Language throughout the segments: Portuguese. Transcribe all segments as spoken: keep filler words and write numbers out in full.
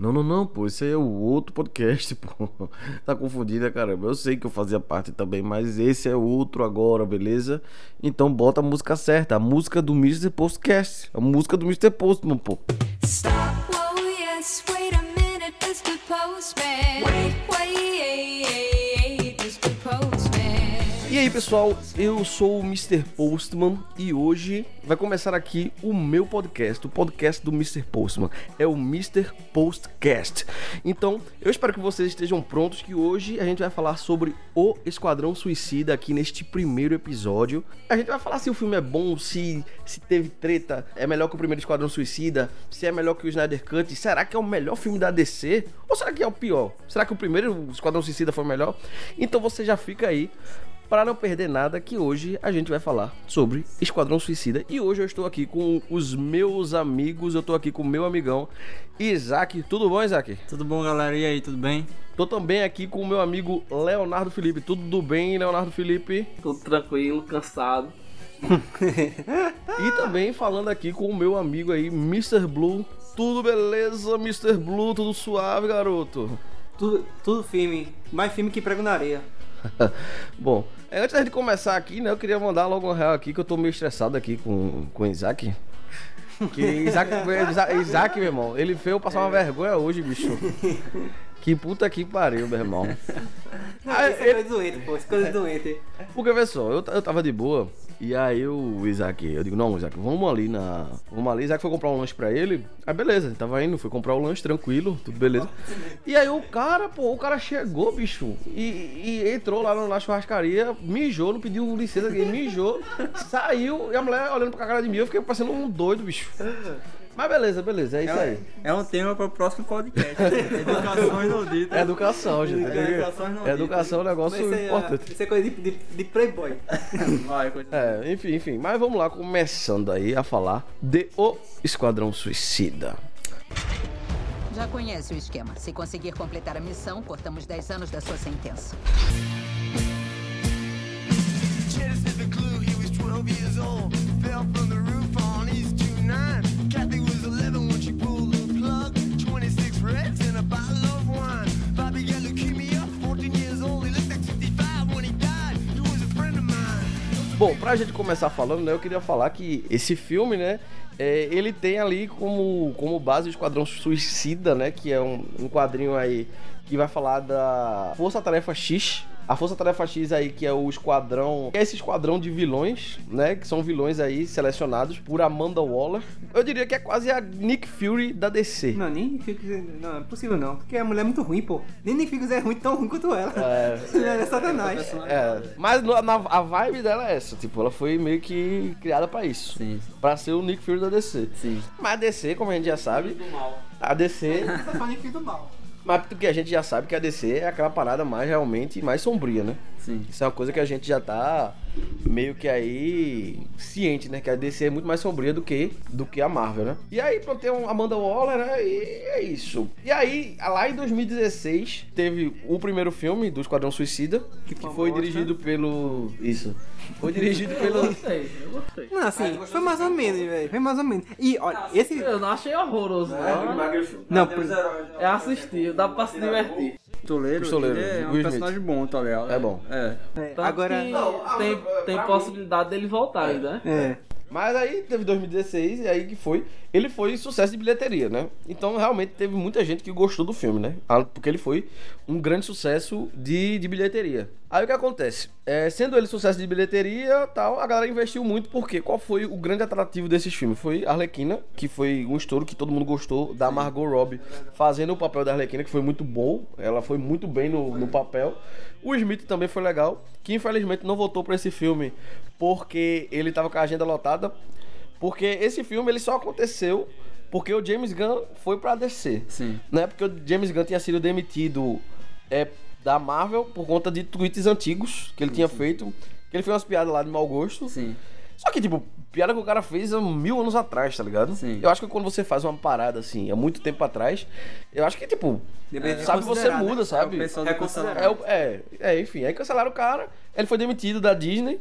Não, não, não, pô, esse aí é o outro podcast, pô. Tá confundindo, né, caramba? Eu sei que eu fazia parte também, mas esse é o outro agora, beleza? Então bota a música certa, a música do mister Postcast, a música do mister Postman, pô. Stop, whoa, yes, wait a minute, mister Postman. Wait, wait, mister Postman. E aí, pessoal, eu sou o mister Postman e hoje vai começar aqui o meu podcast, o podcast do mister Postman. É o mister Postcast. Então, eu espero que vocês estejam prontos, que hoje a gente vai falar sobre o Esquadrão Suicida aqui neste primeiro episódio. A gente vai falar se o filme é bom, se, se teve treta, é melhor que o primeiro Esquadrão Suicida, se é melhor que o Snyder Cut, será que é o melhor filme da D C? Ou será que é o pior? Será que o primeiro Esquadrão Suicida foi melhor? Então você já fica aí, para não perder nada, que hoje a gente vai falar sobre Esquadrão Suicida. E hoje eu estou aqui com os meus amigos, eu estou aqui com o meu amigão Isaac. Tudo bom, Isaac? Tudo bom, galera? E aí, tudo bem? Tô também aqui com o meu amigo Leonardo Felipe. Tudo bem, Leonardo Felipe? Tudo tranquilo, cansado. E também falando aqui com o meu amigo aí, mister Blue. Tudo beleza, mister Blue? Tudo suave, garoto? Tudo, tudo firme. Mais firme que prego na areia. Bom, antes da gente começar aqui, né, eu queria mandar logo um real aqui, que eu tô meio estressado aqui com, com o Isaac. Que Isaac, Isaac, Isaac, meu irmão, ele fez eu passar uma vergonha hoje, bicho. Que puta que pariu, meu irmão. Ah, isso é coisa doente, pô, isso é coisa doente. Porque, vê só, eu, eu tava de boa, e aí o Isaac, eu digo, não, Isaac, vamos ali na... Vamos ali, Isaac foi comprar um lanche pra ele, aí beleza, ele tava indo, foi comprar o lanche, tranquilo, tudo beleza. E aí o cara, pô, o cara chegou, bicho, e, e entrou lá na churrascaria, mijou, não pediu licença, ele mijou, saiu, e a mulher olhando pra cara de mim, eu fiquei parecendo um doido, bicho. Mas beleza, beleza, é isso é, aí. É um tema para o próximo podcast. Educações não ditas. É educação, gente. Educações não Educação é um negócio Mas isso é, importante. Isso é coisa de, de, de playboy. Vai, coisa É, enfim, enfim. Mas vamos lá, começando aí a falar de O Esquadrão Suicida. Já conhece o esquema. Se conseguir completar a missão, cortamos dez anos da sua sentença. Bom, pra gente começar falando, né, eu queria falar que esse filme, né, é, ele tem ali como, como base o Esquadrão Suicida, né, que é um, um quadrinho aí que vai falar da Força Tarefa X. A Força Tarefa X aí, que é o esquadrão, é esse esquadrão de vilões, né, que são vilões aí selecionados por Amanda Waller. Eu diria que é quase a Nick Fury da D C. Não, nem fico não, é possível não, porque a mulher é muito ruim, pô. Nem Nick Fury é ruim, tão ruim quanto ela. É, Ela é satanás. é, mas no- na, a vibe dela é essa, tipo, ela foi meio que criada pra isso. Sim. Pra ser o Nick Fury da D C. Sim. Mas a D C, como a gente já sabe, Do mal. a D C... Você fala Nick Fury do mal. Mas porque a gente já sabe que a D C é aquela parada mais realmente mais sombria, né? Sim. Isso é uma coisa que a gente já tá meio que aí ciente, né? Que a D C é muito mais sombria do que, do que a Marvel, né? E aí, pronto, tem a Amanda Waller, né? E é isso. E aí, lá em dois mil e dezesseis, teve o primeiro filme do Esquadrão Suicida, que foi uma foi bosta. dirigido pelo... Isso. Foi dirigido Eu pelo... gostei, eu gostei. Não, assim, foi mais ou menos, velho. Foi mais ou menos. E, olha, esse... Eu não achei horroroso, não. Não, por... É assistir, dá pra se divertir. Pistoleiro, Pistoleiro, ele é Will um Smith. personagem bom, tá ligado? É bom. É. É, Tanto agora... que tem, tem possibilidade dele voltar ainda, né? É. Mas aí teve dois mil e dezesseis e aí que foi... Ele foi sucesso de bilheteria, né? Então realmente teve muita gente que gostou do filme, né? Ah, porque ele foi um grande sucesso de, de bilheteria. Aí o que acontece? É, sendo ele sucesso de bilheteria tal, a galera investiu muito porque qual foi o grande atrativo desses filmes? Foi Arlequina, que foi um estouro que todo mundo gostou, da Margot Robbie fazendo o papel da Arlequina, que foi muito bom. Ela foi muito bem no, no papel. O Smith também foi legal, que infelizmente não voltou pra esse filme porque ele tava com a agenda lotada. Porque esse filme ele só aconteceu porque o James Gunn foi pra D C. Sim. Né? Porque o James Gunn tinha sido demitido é, da Marvel por conta de tweets antigos que ele tinha feito. Que ele fez umas piadas lá de mau gosto. Sim. Só que, tipo, piada que o cara fez há mil anos atrás, tá ligado? Sim. Eu acho que quando você faz uma parada assim, há muito tempo atrás, eu acho que, tipo, Deveria sabe, você reconsiderar, muda, né? sabe? É o pessoal É, reconsiderar. é, o- é, é, enfim, aí cancelaram o cara, ele foi demitido da Disney.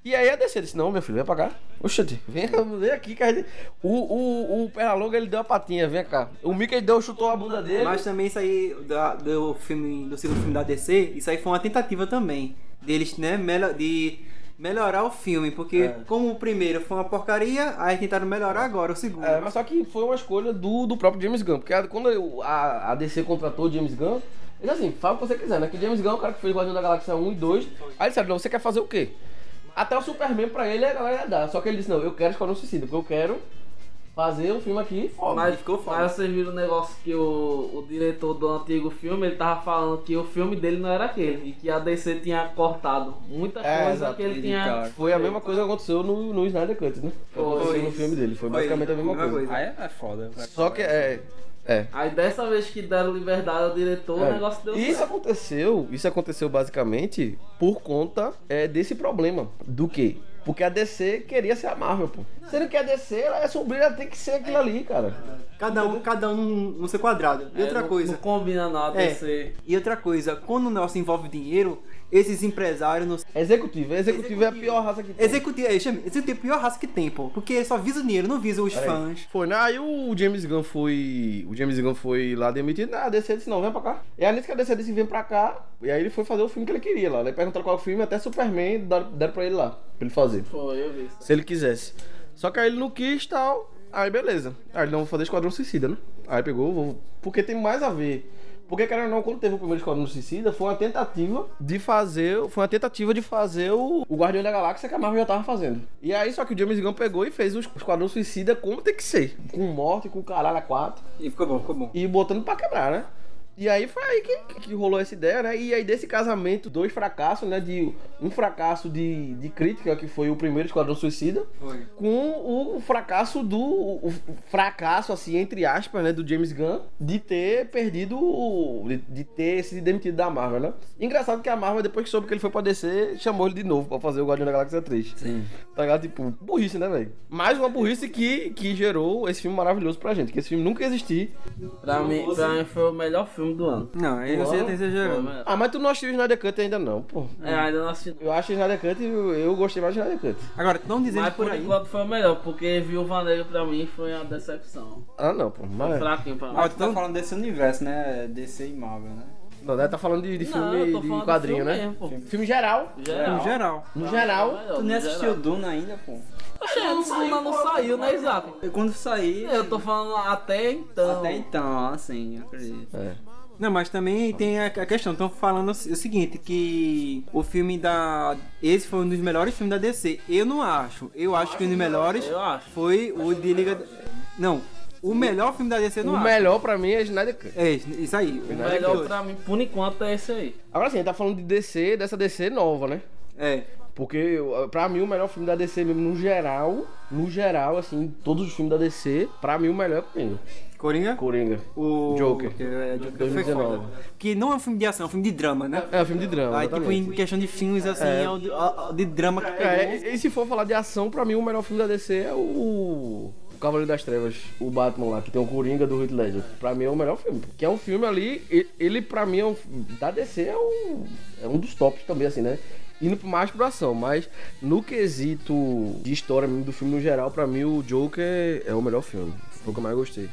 E aí a D C disse, não, meu filho, vem pra cá. Oxente, vem, vem aqui que a gente... O, o, o Pernalonga, ele deu a patinha, vem cá. O Mickey deu, chutou a bunda dele. Mas também isso aí da, do filme, do segundo filme da D C, isso aí foi uma tentativa também deles, né, melhor, de melhorar o filme, porque É. como o primeiro foi uma porcaria, aí tentaram melhorar agora o segundo. É, mas só que foi uma escolha do, do próprio James Gunn, porque a- quando eu- a, a D C contratou o James Gunn, ele assim, fala o que você quiser, né? Que James Gunn é o cara que fez Guardião da Galáxia um e dois, aí ele disse, não, você quer fazer o quê? Até o Superman pra ele a galera ia dar, só que ele disse, não, eu quero Esquadrão Suicida, porque eu quero fazer um filme aqui foda. Mas, ficou foda. mas vocês viram o negócio que o, o diretor do antigo filme, ele tava falando que o filme dele não era aquele, e que a D C tinha cortado muita É, coisa exato. que ele tinha... Cara. Foi a mesma coisa que aconteceu no, no Snyder Cut, né? Foi. Aconteceu no filme dele, foi basicamente a mesma coisa. Aí é foda. Só que é... É. Aí dessa vez que deram liberdade ao diretor, É. o negócio deu Isso certo. aconteceu, isso aconteceu basicamente por conta é, desse problema. Do quê? Porque a D C queria ser a Marvel, pô. Sendo que a D C, ela é sombria, ela tem que ser aquilo ali, cara. Cada um, cada um no, no seu quadrado. E É, outra não- coisa. Não combina não a É. D C. E outra coisa, quando o negócio envolve dinheiro, esses empresários não. Executivo, executivo é a pior raça que tem. Executivo, é, chama- executivo é a pior raça que tem, pô. Porque ele só visa o dinheiro, não visa os fãs. Foi, né? Aí o James Gunn foi. O James Gunn foi lá demitido. Ah, a D C disse, não, vem pra cá. E aí nisso que a D C disse, vem pra cá. E aí ele foi fazer o filme que ele queria lá. Ele perguntaram qual filme, até Superman deram deram pra ele lá. Pra ele fazer. Foi, eu vi isso. Se ele quisesse. Só que aí ele não quis e tal. Aí beleza. Aí ele não vou fazer Esquadrão Suicida, né? Aí pegou, vou... porque tem mais a ver. Porque, querendo ou não, quando teve o primeiro Esquadrão Suicida, foi uma tentativa de fazer. Foi uma tentativa de fazer o, o Guardião da Galáxia que a Marvel já tava fazendo. E aí, só que o James Gunn pegou e fez o Esquadrão Suicida como tem que ser. Com morte, com caralho a quatro. E ficou bom, ficou bom. E botando pra quebrar, né? E aí foi aí que, que rolou essa ideia, né? E aí desse casamento, dois fracassos, né? De um fracasso de, de crítica, que foi o primeiro Esquadrão Suicida, Foi. com o fracasso do... O fracasso, assim, entre aspas, né? Do James Gunn, de ter perdido... o- De, de ter sido demitido da Marvel, né? Engraçado que a Marvel, depois que soube que ele foi pra D C, chamou ele de novo pra fazer o Guardião da Galáxia três. Sim. Tá ligado? Tipo, burrice, né, velho? Mais uma burrice que, que gerou esse filme maravilhoso pra gente. Que esse filme nunca ia existir. Pra mim, pra mim foi o melhor filme do ano. Não, aí você já tá Foi, exagerando. mas- Ah, mas tu não assistiu o Snyder Cut ainda não, pô. É, ainda não assisti. Eu acho o Snyder Cut, eu, eu gostei mais do Snyder Cut. Agora, não dizendo Mas por por aí. enquanto foi o melhor, porque Viúva Negra pra mim foi uma decepção. Ah, não, pô. Mas... Fraquinho pra mim. Mas tu tá falando desse universo, né? D C e Marvel, né? Não, deve tá falando de, de Não, filme, eu tô de falando do quadrinho, filme né? mesmo, pô. Filme geral. Geral. No geral. No Foi geral. o melhor, Tu nem no assistiu geral. Duna ainda, pô? Oxe, o Duna não saiu, né, Isaac? E quando sair, Eu tô falando até então. até então, assim, eu acredito. É. Não, mas também tem a, a questão, estão falando o seguinte, que o filme da... Esse foi um dos melhores filmes da D C. Eu não acho. Eu acho que um dos melhores Eu acho. foi o de Liga... Não, o melhor filme da D C eu não O acho. melhor pra mim é Snyder Cut. É, isso aí. O melhor pra mim, por enquanto, é esse aí. Agora sim, a gente tá falando de D C, dessa D C nova, né? É. Porque, eu- pra mim, o melhor filme da D C mesmo, no geral, no geral, assim, todos os filmes da D C, pra mim, o melhor é Coringa. Coringa? Coringa. O... Joker. É, Joker dois mil e foi dezenove. foda. Que não é um filme de ação, é um filme de drama, né? É, um filme de drama, Aí, tipo, exatamente. em questão de filmes, assim, É. é, o de, a- a- de drama que pegou. É, e, e se for falar de ação, pra mim, o melhor filme da D C é o... o Cavaleiro das Trevas, o Batman lá, que tem o Coringa do Heath Ledger. Pra mim é o melhor filme. Que é um filme ali, e- ele pra mim, é um, da D C, é um, é um dos tops também, assim, né? Indo mais pro ação, mas no quesito de história mesmo do filme no geral, pra mim o Joker é o melhor filme. Foi o que eu mais gostei.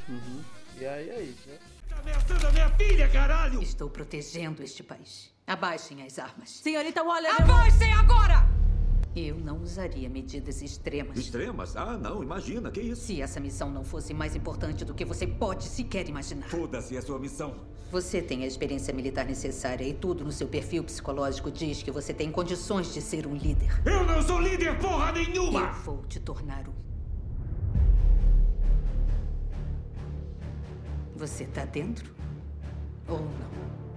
E aí é isso, né? Ameaçando a minha filha, caralho! Estou protegendo este país. Abaixem as armas. Senhorita Waller, Abaixem agora! eu não usaria medidas extremas. Extremas? Ah, não, imagina, que isso? Se essa missão não fosse mais importante do que você pode sequer imaginar. Foda-se a sua missão. Você tem a experiência militar necessária e tudo no seu perfil psicológico diz que você tem condições de ser um líder. Eu não sou líder porra nenhuma! Eu vou te tornar um. Você tá dentro? Ou não?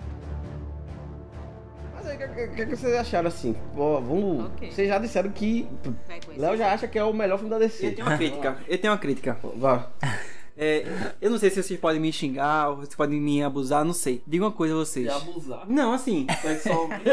Mas aí, o que, que, que vocês acharam assim? Ó, vamos... Ok. Vocês já disseram que Vai conhecer. Léo já acha que é o melhor filme da D C. Eu tenho uma crítica. Eu tenho uma crítica. Vá. É, eu não sei se vocês podem me xingar ou se podem me abusar, não sei. Diga uma coisa a vocês. E abusar. Não, assim. Sexualmente.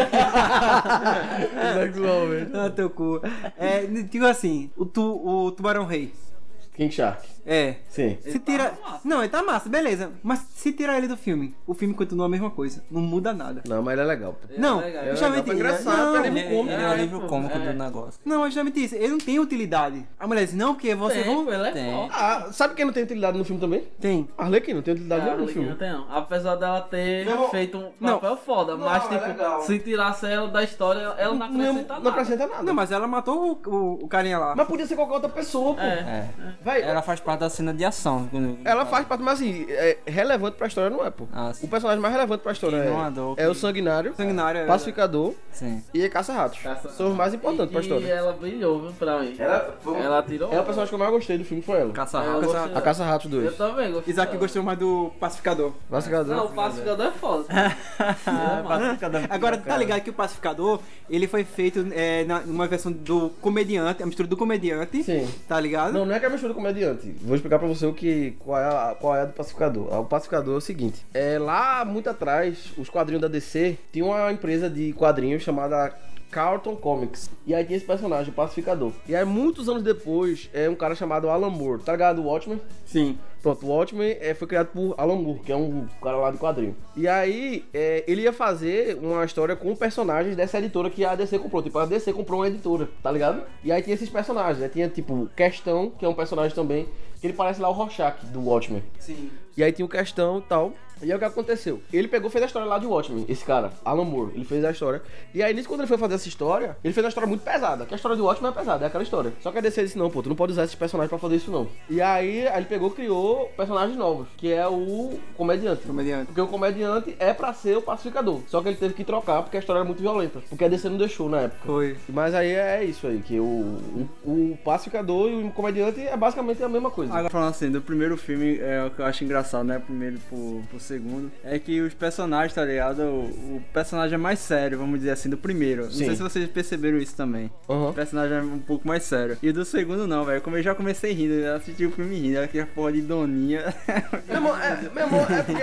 Sexualmente. Ah, teu cu. É, digo assim, o, tu, o Tubarão Rei. King Shark. É. Sim. Se tira. Não, ele tá massa, beleza. Mas se tirar ele do filme, o filme continua a mesma coisa. Não muda nada. Não, mas ele é legal. Pô. Não, legal. É justamente. legal, é engraçado, não, cara, Ele, ele cômico, ele é é, o nível pô, cômico é. do negócio. não, é justamente isso. Ele não tem utilidade. A mulher diz, não, porque você Tem, vão. pô, ele é Tem. forte. Ah, sabe quem não tem utilidade no filme também? Tem. Arlequina não tem utilidade Ah, nenhuma no filme. não tem não. Apesar dela ter Não, feito um não. papel foda, Não, mas é tipo, legal. se tirasse ela da história, ela não acrescenta Não, nada. não acrescenta nada. Não, mas ela matou o, o, o carinha lá. Mas podia ser qualquer outra pessoa, pô. É. É. Vai, Ela faz parte da cena de ação. quando- ela faz parte, mas assim, é relevante pra história não é, pô. Ah, sim. O personagem mais relevante pra história Que não é, andou, é que- o Sanguinário, Sanguinário, é Pacificador Sim. e Caça-Ratos. Caça- São os mais importantes pra E história. ela brilhou, viu, pra mim. Ela, foi- Ela tirou. é o personagem que eu mais gostei do filme, foi ela. Eu Caça-rato. Caça- gostei A dela. Caça-Ratos Eu dois. também gostei. Isaac dela. gostou mais do Pacificador. Pacificador. Não, o pacificador é foda. Agora, tá ligado que o Pacificador, ele foi feito é, na, numa versão do comediante, a mistura do comediante. Sim. Tá ligado? Não, não é que é a mistura do comediante. Vou explicar pra você o que, qual, é a, qual é a do Pacificador. O Pacificador é o seguinte. É, lá, muito atrás, os quadrinhos da D C tinha uma empresa de quadrinhos chamada Carlton Comics. E aí tinha esse personagem, o Pacificador. E aí, muitos anos depois, é um cara chamado Alan Moore. Tá ligado? O Watchmen? Sim. Pronto, o Watchmen é, foi criado por Alan Moore, que é um cara lá de quadrinho. E aí, é, ele ia fazer uma história com personagens dessa editora que a D C comprou. Tipo, a D C comprou uma editora, tá ligado? E aí tinha esses personagens, né? Tinha, tipo, Questão, que é um personagem também, que ele parece lá o Rorschach, do Watchmen. Sim. E aí tinha o Questão e tal. E aí o que aconteceu? Ele pegou e fez a história lá de Watchmen, esse cara, Alan Moore. Ele fez a história. E aí, nisso, quando ele foi fazer essa história, ele fez uma história muito pesada. Que a história de Watchmen é pesada, é aquela história. Só que a D C disse, não, pô, tu não pode usar esses personagens pra fazer isso, não. E aí, aí ele pegou e criou personagens novos, que é o comediante. Comediante. Porque o comediante é pra ser o pacificador. Só que ele teve que trocar porque a história era muito violenta. Porque a D C não deixou na época. Foi. Mas aí é isso aí, que o, o, o pacificador e o comediante é basicamente a mesma coisa. Agora falando assim, do primeiro filme, é o que eu acho engraçado, né? Primeiro pro, pro segundo, é que os personagens, tá ligado? O, o personagem é mais sério, vamos dizer assim, do primeiro. Não Sim. sei se vocês perceberam isso também. Aham. O personagem é um pouco mais sério. E do segundo não, velho. Como eu já comecei rindo, eu assisti o filme rindo, aquela porra de Doninha. Meu irmão, é, meu irmão, é porque.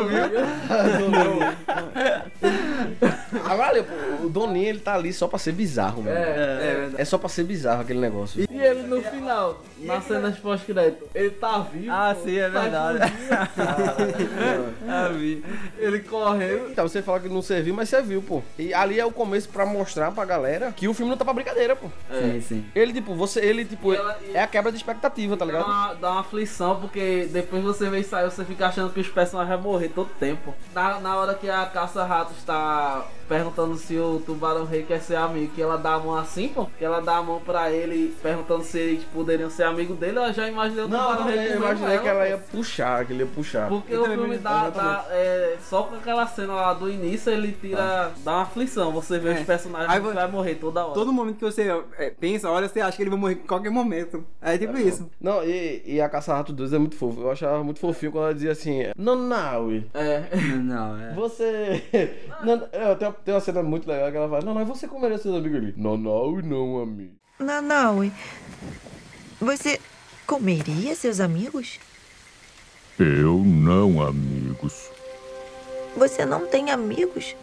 Agora, ali, pô, o Doninho, ele tá ali só pra ser bizarro, mano. É, É, é verdade. só pra ser bizarro aquele negócio. E ele no final, nas cenas pós-crédito, ele tá vivo. Ah, pô, sim, é tá verdade. explodindo. Ah, vi. Ele correndo. Então, você fala que não serviu, mas serviu, pô. E ali é o começo pra mostrar pra galera que o filme não tá pra brincadeira, pô. Sim, sim. Ele, tipo, você, ele, tipo, E ela- e- é a quebra de expectativa, tá Dá ligado? uma, dá uma aflição, porque depois você vê isso aí, você fica achando que os personagens vão morrer todo tempo. Na, na hora que a caça-ratos tá perguntando se o Tubarão Rei quer ser amigo, que ela dá a mão assim, pô, que ela dá a mão pra ele, perguntando se eles poderiam ser amigo dele, eu já imaginei o Não, Tubarão Rei eu comendo imaginei que ela pô. ia puxar, que ele ia puxar. Porque Eu o também filme me- dá, exatamente. dá é, só com aquela cena lá do início, ele tira, dá uma aflição, você vê É. os personagens Aí que vo- vai morrer toda hora. Todo momento que você é, pensa, olha, você acha que ele vai morrer em qualquer momento. É tipo isso. Não, e, e a Caça-Rato dois é muito fofo. Eu achava muito fofinho quando ela dizia assim: Nanaui, É. Não, é. você. Nan- é, tem, uma, tem uma cena muito legal que ela fala: Nanaui, você comeria seus amigos ali? Nanaui, não, amigo. Nanaui, você comeria seus amigos? Eu não, amigos. Você não tem amigos?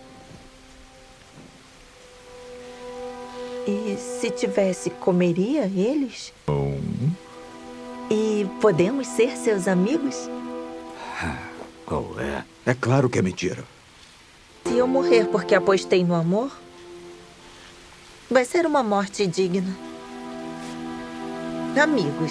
E se tivesse, comeria eles? Não. E podemos ser seus amigos? Qual é? É claro que é mentira. Se eu morrer porque apostei no amor, vai ser uma morte digna. Amigos.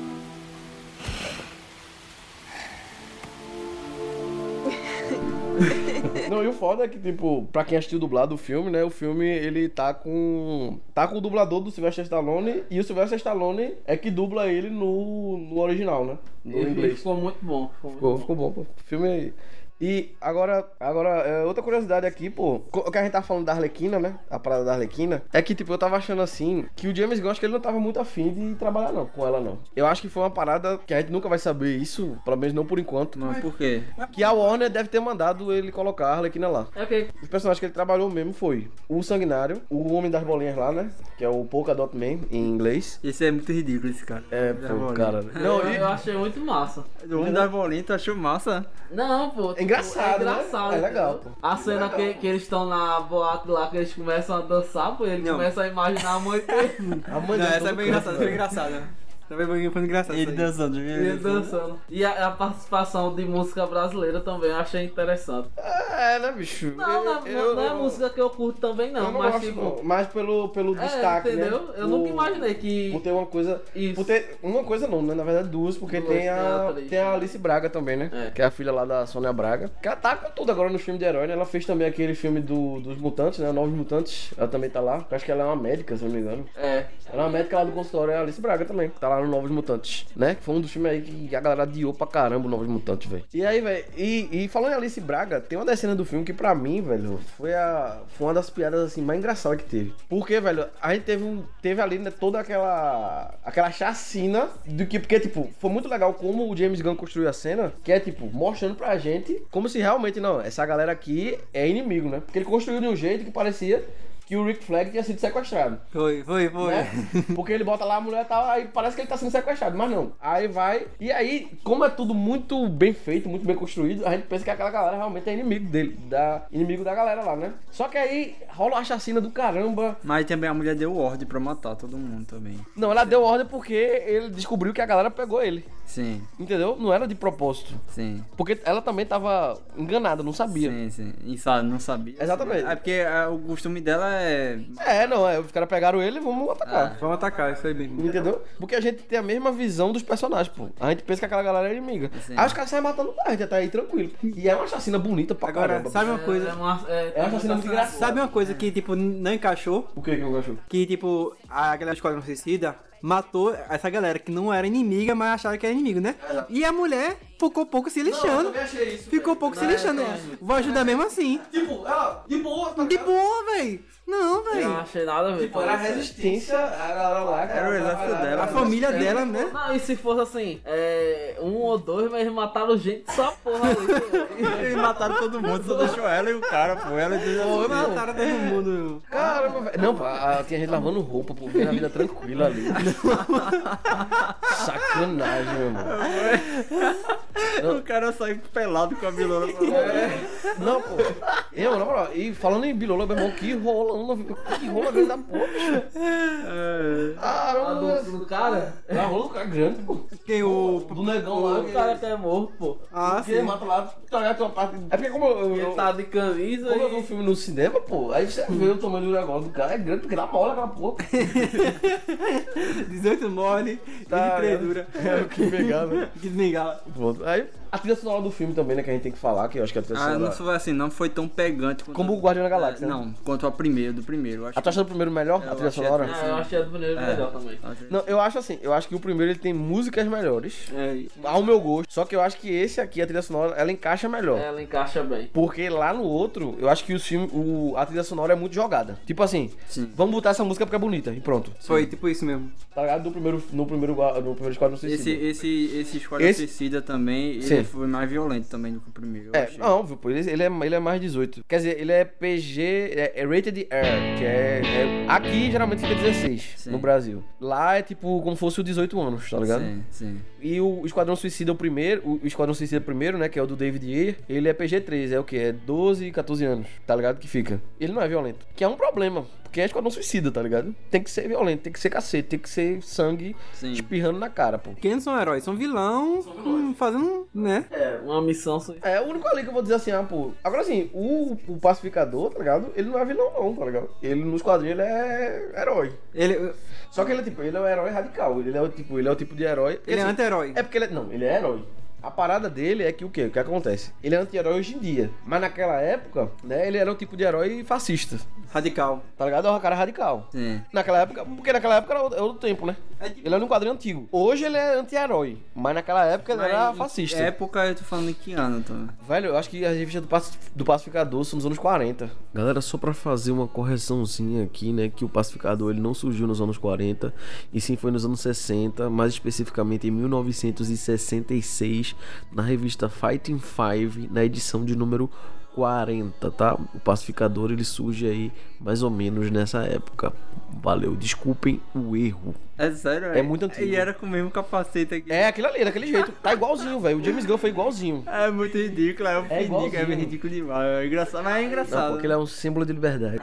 Não, e o foda é que, tipo, pra quem assistiu dublado o filme, né? O filme, ele tá com... Tá com o dublador do Sylvester Stallone. E o Sylvester Stallone é que dubla ele no, no original, né? No Ele inglês. ficou muito bom. Ficou, muito Ficou, bom. ficou bom, pô. O filme aí. E agora, agora é, outra curiosidade aqui, pô. O que a gente tá falando da Arlequina, né? A parada da Arlequina. É que, tipo, eu tava achando assim que o James Gunn, acho que ele não tava muito afim de trabalhar, não, com ela, não. Eu acho que foi uma parada que a gente nunca vai saber isso, pelo menos não por enquanto. Mas por quê? Que a Warner deve ter mandado ele colocar a Arlequina lá. É porque Os personagens que ele trabalhou mesmo foi o Sanguinário, o Homem das Bolinhas lá, né? Que é o Polka Dot Man em inglês. Esse é muito ridículo, esse cara. É, Das pô, bolinhas. cara. Não, eu, e... eu achei muito massa. O Homem das Bolinhas, tu achou massa? Não, pô. tipo, engraçado, é né? engraçado. É legal, entendeu? pô. A cena que, que eles estão na boate lá, que eles começam a dançar, pô, ele Não. começa a imaginar a mãe dele. A mãe Não, dele essa é todo bem canto, engraçada, foi velho. engraçada. Também foi engraçado. Ele isso aí. dançando, Ele dançando. E a, a participação de música brasileira também eu achei interessante. É, né, bicho? Não, não, Eu- não é eu- música que eu curto também não, eu não mas gosto, tipo... não. Mas pelo, pelo É, destaque, entendeu? né? Eu Por- nunca imaginei que... Por ter uma coisa... Isso. Por ter uma coisa não, né? Na verdade duas, porque Duas, tem tem a, a três. tem a Alice Braga também, né? É. Que é a filha lá da Sônia Braga. Que ela tá com tudo agora no filme de herói, né? Ela fez também aquele filme do, dos Mutantes, né? Novos Mutantes. Ela também tá lá. Eu acho que ela é uma médica, se não me engano. É. Ela é uma médica lá do consultório, é a Alice Braga também. Tá lá no Novos Mutantes, né? Que foi um dos filmes aí que a galera adiou pra caramba o Novos Mutantes, velho. E aí, velho, e, e falando em Alice Braga, tem uma das cenas do filme que pra mim, velho, foi, a, foi uma das piadas assim mais engraçadas que teve. Porque, velho, a gente teve, um, teve ali, né, toda aquela aquela chacina do que, porque, tipo, foi muito legal como o James Gunn construiu a cena, que é, tipo, mostrando pra gente como se realmente, não, essa galera aqui é inimigo, né? Porque ele construiu de um jeito que parecia que o Rick Flag tinha sido sequestrado. Foi, foi, foi. Né? Porque ele bota lá a mulher e tal, aí parece que ele tá sendo sequestrado, mas não. Aí vai, e aí, como é tudo muito bem feito, muito bem construído, a gente pensa que aquela galera realmente é inimigo dele, da, inimigo da galera lá, né? Só que aí rola uma chacina do caramba. Mas também a mulher deu ordem pra matar todo mundo também. Não, ela deu ordem porque ele descobriu que a galera pegou ele. Sim, Entendeu? Não era de propósito. sim. Porque ela também tava enganada, não sabia. Sim, sim. E sabe, não sabia. Exatamente. É porque é, o costume dela é. É, não, é, os caras pegaram ele e vamos atacar. Vamos atacar, isso aí mesmo. Entendeu? Porque a gente tem a mesma visão dos personagens, pô. A gente pensa que aquela galera é inimiga. Sim. Aí os caras saem matando a gente, tá aí tranquilo. E é uma chacina bonita pra Agora, caramba. sabe uma É, coisa? é uma, é, É uma chacina muito engraçada. Sabe uma coisa que, tipo, não encaixou? O que que eu acho? Que, tipo, a galera do Esquadrão Suicida matou essa galera que não era inimiga, mas achava que era inimigo, né? E a mulher ficou pouco se lixando. Ficou pouco se lixando. né? Vou ajudar mesmo assim. Tipo, ela, de boa, tá De boa, véi. Não, Eu véi. não achei nada a ver. Tipo, era a resistência, a galera lá. Era o exército dela. A família dela, né? Não, e se fosse assim, é, um ou dois, mas eles mataram gente só porra ali. Eles mataram todo mundo, só deixou ela e o cara, pô. Ela e Mataram todo mundo. Caramba, velho. Não, pô, a- tinha gente lavando roupa, pô, vendo a vida tranquila ali. Sacanagem, meu irmão. o cara sai pelado com a vilona. Não, pô. Eu, na moral, e falando em Bilola, meu irmão, que rola, que rola grande da porra, bicho. A Caramba. do, do cara, A rola do cara grande, pô. Quem o... Do negão lá. o cara que é morto, pô. Ah, Que ele sim. mata lá, tá tua parte. É porque como eu, eu, Ele tá de camisa como eu vi um e... filme no cinema, pô, aí você vê o tamanho do negócio do cara, é grande, porque dá mola aquela porra. dezoito mole, Tá, de treinadura. É o que pegar, né? Que desmigala. Pronto. Aí, a trilha sonora do filme também, né, que a gente tem que falar, que eu acho que a trilha Ah, sonora... não foi assim, não foi tão pegante quanto. Como o Guardião da Galáxia, né? Não, quanto a primeiro, do primeiro. Eu acho A tu achou o primeiro melhor, Eu a trilha achei a sonora? trilha- Ah, eu achei a do primeiro É. melhor também. que- Não, eu acho assim, eu acho que o primeiro ele tem músicas melhores, É, ao meu gosto, só que eu acho que esse aqui, a trilha sonora, ela encaixa melhor. Ela encaixa bem. Porque lá no outro, eu acho que o filme, o, a trilha sonora é muito jogada. Tipo assim, Sim. vamos botar essa música porque é bonita e pronto. foi tipo isso mesmo. Tá ligado? No primeiro, no primeiro, gua- no primeiro Esquadrão Esse, Suicida. esse, esse Esquadrão Esse- Suicida também, ele Sim. foi mais violento também do que o primeiro. eu É, achei. não, óbvio, pô, ele, ele, é, ele é mais dezoito. Quer dizer, ele é P G, é, é Rated R, que é, é- aqui geralmente fica dezesseis, Sim. no Brasil. Lá é tipo como fosse o dezoito anos, tá ligado? Sim, sim. E o Esquadrão Suicida, o primeiro, o Esquadrão Suicida primeiro, né, que é o do David Ayer, ele é P G treze, é o que? É doze, catorze anos, tá ligado? Que fica. Ele não é violento, que é um problema, porque é Esquadrão Suicida, tá ligado? Tem que ser violento, tem que ser cacete, tem que ser sangue Sim. espirrando na cara, pô. Quem não são heróis? São vilão, hum, fazendo, né? É, uma missão sui- É, o único ali que eu vou dizer assim, ah, pô. Agora assim, o, o pacificador, tá ligado? Ele não é vilão, não, tá ligado? Ele nos quadrinhos ele é herói. Ele, Só que ele é tipo, ele é um herói radical. Ele é o tipo, ele é o tipo de herói. ele é assim, anti-herói. É porque ele é. Não, ele é herói. A parada dele é que o quê? O que acontece? Ele é anti-herói hoje em dia. Mas naquela época, né, ele era o tipo de herói fascista. Radical. Tá ligado? É um cara radical. Sim. Naquela época, porque naquela época era outro, é outro tempo, né? Ele era um quadrinho antigo. Hoje ele é anti-herói. Mas naquela época ele era Mas em fascista. época, eu tô falando em que ano, então? Velho, eu acho que a revista do, Paci- do Pacificador são nos anos quarenta. Galera, só pra fazer uma correçãozinha aqui, né? Que o Pacificador ele não surgiu nos anos quarenta, e sim foi nos anos sessenta, mais especificamente em mil novecentos e sessenta e seis, na revista Fighting Five, na edição de número quarenta, tá? O Pacificador ele surge aí mais ou menos nessa época. Valeu, desculpem o erro. É sério, É muito antigo. E era com o mesmo capacete aqui. É, aquilo ali, daquele jeito. Tá igualzinho, velho. O James Gunn foi igualzinho. É muito ridículo, é um É ridículo, é igualzinho. ridículo demais. É engraçado, mas é Não, engraçado. porque ele é um símbolo de liberdade.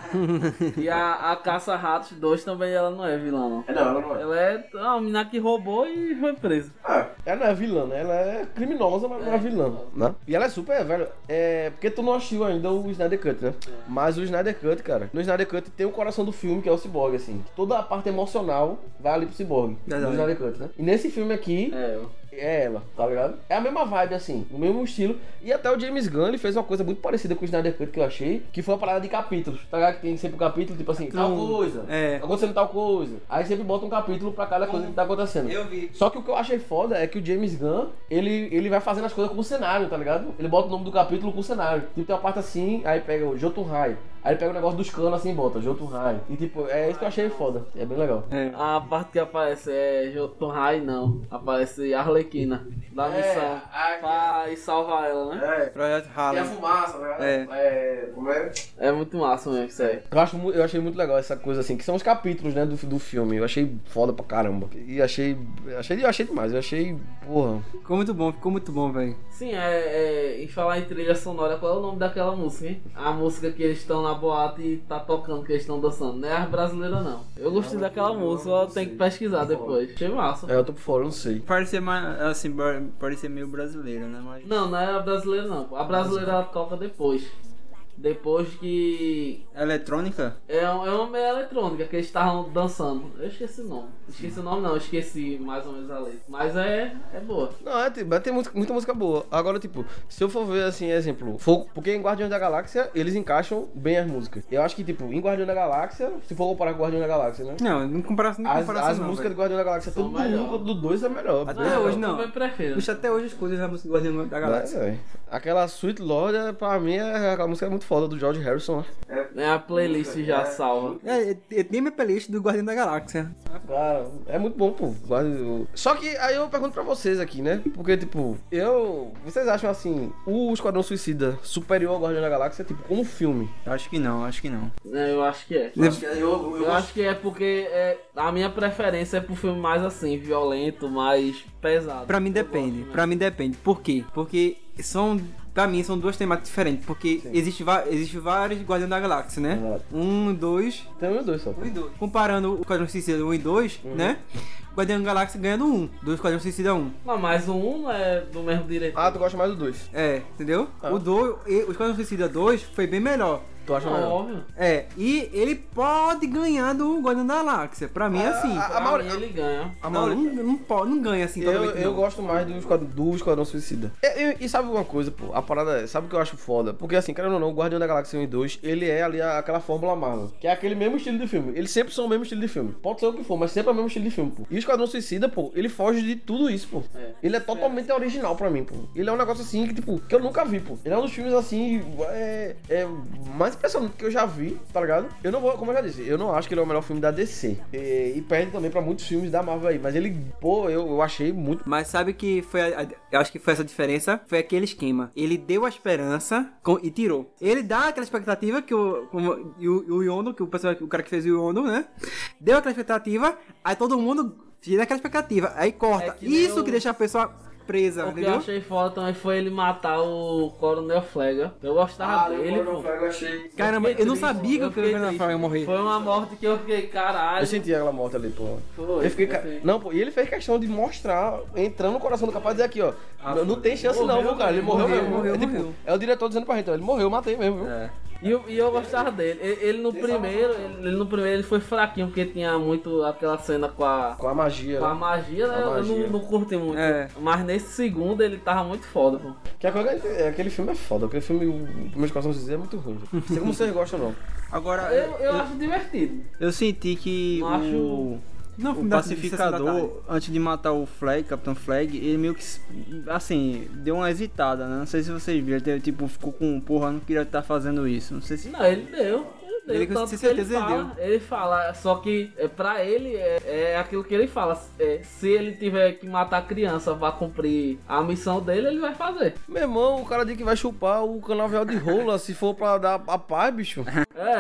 E a, a Caça-Ratos dois também, ela não é vilã, não. É, não, ela não é. Ela é uma menina que roubou e foi presa. Ah, ela não é vilã, né? Ela é criminosa, mas não é vilã, né? E ela é super, velho. É porque tu não assistiu ainda o Snyder Cut, né? Mas o Snyder Cut, cara, no Snyder Cut tem o coração do filme, que é o Cyborg, assim. Toda a parte emocional vai ali pro Cyborg. Verdade. No Snyder Cut, né? E nesse filme aqui, É, é ela, tá ligado? É a mesma vibe, assim, o mesmo estilo. E até o James Gunn, ele fez uma coisa muito parecida com o Snyder Cut que eu achei, que foi a parada de capítulos, tá ligado? Que tem sempre um capítulo, tipo assim, tal Não, coisa, é. acontecendo tal coisa. Aí sempre bota um capítulo pra cada coisa que tá acontecendo. Eu vi. Só que o que eu achei foda é que o James Gunn, ele, ele vai fazendo as coisas com o cenário, tá ligado? Ele bota o nome do capítulo com o cenário. Tipo, tem uma parte assim, aí pega o Jotunheim. Aí ele pega o negócio dos canos assim e bota Jotunheim. E tipo, é isso que eu achei foda. É bem legal. a parte que aparece é Jotunheim, não. Aparece Arlequina, da É, missão, a- pra ir salvar ela, né? É. Projeto Harley. fumaça, né? É. É. Como é? É muito massa mesmo isso aí. Eu, acho, mu- eu achei muito legal essa coisa assim, que são os capítulos, né, do, do filme. Eu achei foda pra caramba. E achei. Achei, eu achei demais. Eu achei. Porra. Ficou muito bom, ficou muito bom, velho. Sim, é, é. E falar em trilha sonora, qual é o nome daquela música, hein? A música que eles estão na boate e tá tocando, que eles estão dançando. Não é as brasileiras, não. Eu gostei daquela música, eu tenho que pesquisar depois. Achei massa. É, eu tô por fora, eu não sei. Parecia mais, assim, bar- parecia meio brasileiro, né? Mas... Não, não é a brasileira, não. A brasileira ela toca depois. Depois que. Eletrônica? É, um- é uma meia eletrônica que eles estavam dançando. Eu esqueci o nome. Esqueci o nome, não. Eu esqueci mais ou menos a letra. Mas é, é boa. Não, é, tipo, tem música- muita música boa. Agora, tipo, se eu for ver assim, exemplo, for- porque em Guardiões da Galáxia eles encaixam bem as músicas. Eu acho que, tipo, em Guardiões da Galáxia, se for comparar com Guardiões da Galáxia, né? Não, não comparação, não As, comparação as não, músicas velho. do Guardiões da Galáxia, São tanto do melhor. um quanto do dois é melhor. Até bem melhor. hoje não. Eu também prefiro. Bicho, até hoje eu escuto a música do Guardião da Galáxia. É, velho. Aquela Sweet Lord, é, pra mim, é, aquela música é muito foda, do George Harrison, né? É a playlist já salva. É, eu- eu tenho minha playlist do Guardião da Galáxia. Cara, é muito bom, pô. Guardi- Só que aí eu pergunto pra vocês aqui, né? Porque, tipo, eu... Vocês acham, assim, o Esquadrão Suicida superior ao Guardião da Galáxia, tipo, como filme? Acho que não, acho que não. É, eu acho que é. Eu, Eu acho que é porque é, a minha preferência é pro filme mais assim, violento, mais pesado. Pra mim Eu depende, gosto, pra mim depende. Por quê? Porque são, pra mim, são duas temáticas diferentes. Porque existe, va- existe vários Guardiões da Galáxia, né? Exato. Um, dois, Tem um e dois só. um e dois. Comparando o Esquadrão Suicida um e dois, né? O Guardião da Galáxia ganha do um, do Esquadrão Suicida um. Não, mas o um não é do mesmo diretor. Ah, tu gosta mais do dois. É, entendeu? Ah. O dois, e- o Esquadrão Suicida dois foi bem melhor. Tu acha Não, melhor? óbvio. É, e ele pode ganhar do Guardião da Galáxia. Pra mim é assim. a- Pra maioria- mim ele ganha. A não, maioria- não, não, pode, não ganha assim Eu, totalmente. eu não. gosto mais do Esquadrão, do Esquadrão Suicida. E, e- e sabe uma coisa, pô? A parada é... Sabe o que eu acho foda? Porque, assim, querendo ou não, o Guardião da Galáxia um e dois, ele é ali a- aquela fórmula Marvel. Que é aquele mesmo estilo de filme. Eles sempre são o mesmo estilo de filme. Pode ser o que for, mas sempre é o mesmo estilo de filme, pô. E o Esquadrão Suicida, pô, ele foge de tudo isso, pô. É. Ele é totalmente original pra mim, pô. Ele é um negócio assim que, tipo, que eu nunca vi, pô. Ele é um dos filmes, assim, é, é mais impressionante que eu já vi, tá ligado? Eu não vou, como eu já disse, eu não acho que ele é o melhor filme da D C. E, e perde também pra muitos filmes da Marvel aí. Mas ele, pô, eu, eu achei muito. Mas sabe que foi a, a- eu acho que foi essa diferença, foi aquele esquema. Ele deu a esperança com- e tirou. Ele dá aquela expectativa que o, como, e o, o Yondo, que o, pessoal, o cara que fez o Yondo, né? Deu aquela expectativa, aí todo mundo tira aquela expectativa, aí corta. É que nem Isso o- que deixa a pessoa presa, O que eu entendeu? achei foda também foi ele matar o Coronel Flagger. Eu gostava dele, pô. eu achei. Caramba, fiquei eu não triste, sabia que eu o fiquei Coronel triste. Flagger ia morrer. Foi uma morte que eu fiquei, caralho. Eu senti aquela morte ali, pô. Foi, eu fiquei. ca- foi. Não, pô, e ele fez questão de mostrar, entrando no coração do capaz, dizer aqui, ó. não, não tem chance, não, Morreu viu, cara? Ele mesmo, morreu, morreu, mesmo. morreu, é, tipo, morreu. é o diretor dizendo pra gente, ó. Ele morreu, eu matei mesmo, viu? É. E eu, e eu gostava dele. Ele, ele no primeiro, ele, ele no primeiro ele foi fraquinho, porque tinha muito aquela cena com a, Com a magia. com a né? magia, né? A Eu magia. não, não curti muito. É. Mas nesse segundo ele tava muito foda, pô. Que a coisa, é, aquele filme é foda. Aquele filme, o Meus Corações Dizer, é muito ruim. Não sei como vocês gostam, não. Agora, Eu, eu acho divertido. eu senti que Não acho- o, Não, o filme da- de Sessão da Tarde. pacificador, antes de matar o Flag, Capitão Flag, ele meio que, assim, deu uma hesitada, né? Não sei se vocês viram, ele tipo, ficou com, porra, não queria estar fazendo isso. Não sei se... Não, ele deu. Ele deu. Ele com tanto que certeza ele ele fala, ele fala, só que é, pra ele é, é aquilo que ele fala. É, se ele tiver que matar a criança pra cumprir a missão dele, ele vai fazer. Meu irmão, o cara diz que vai chupar o canavial de rola se for pra dar a paz, bicho. É,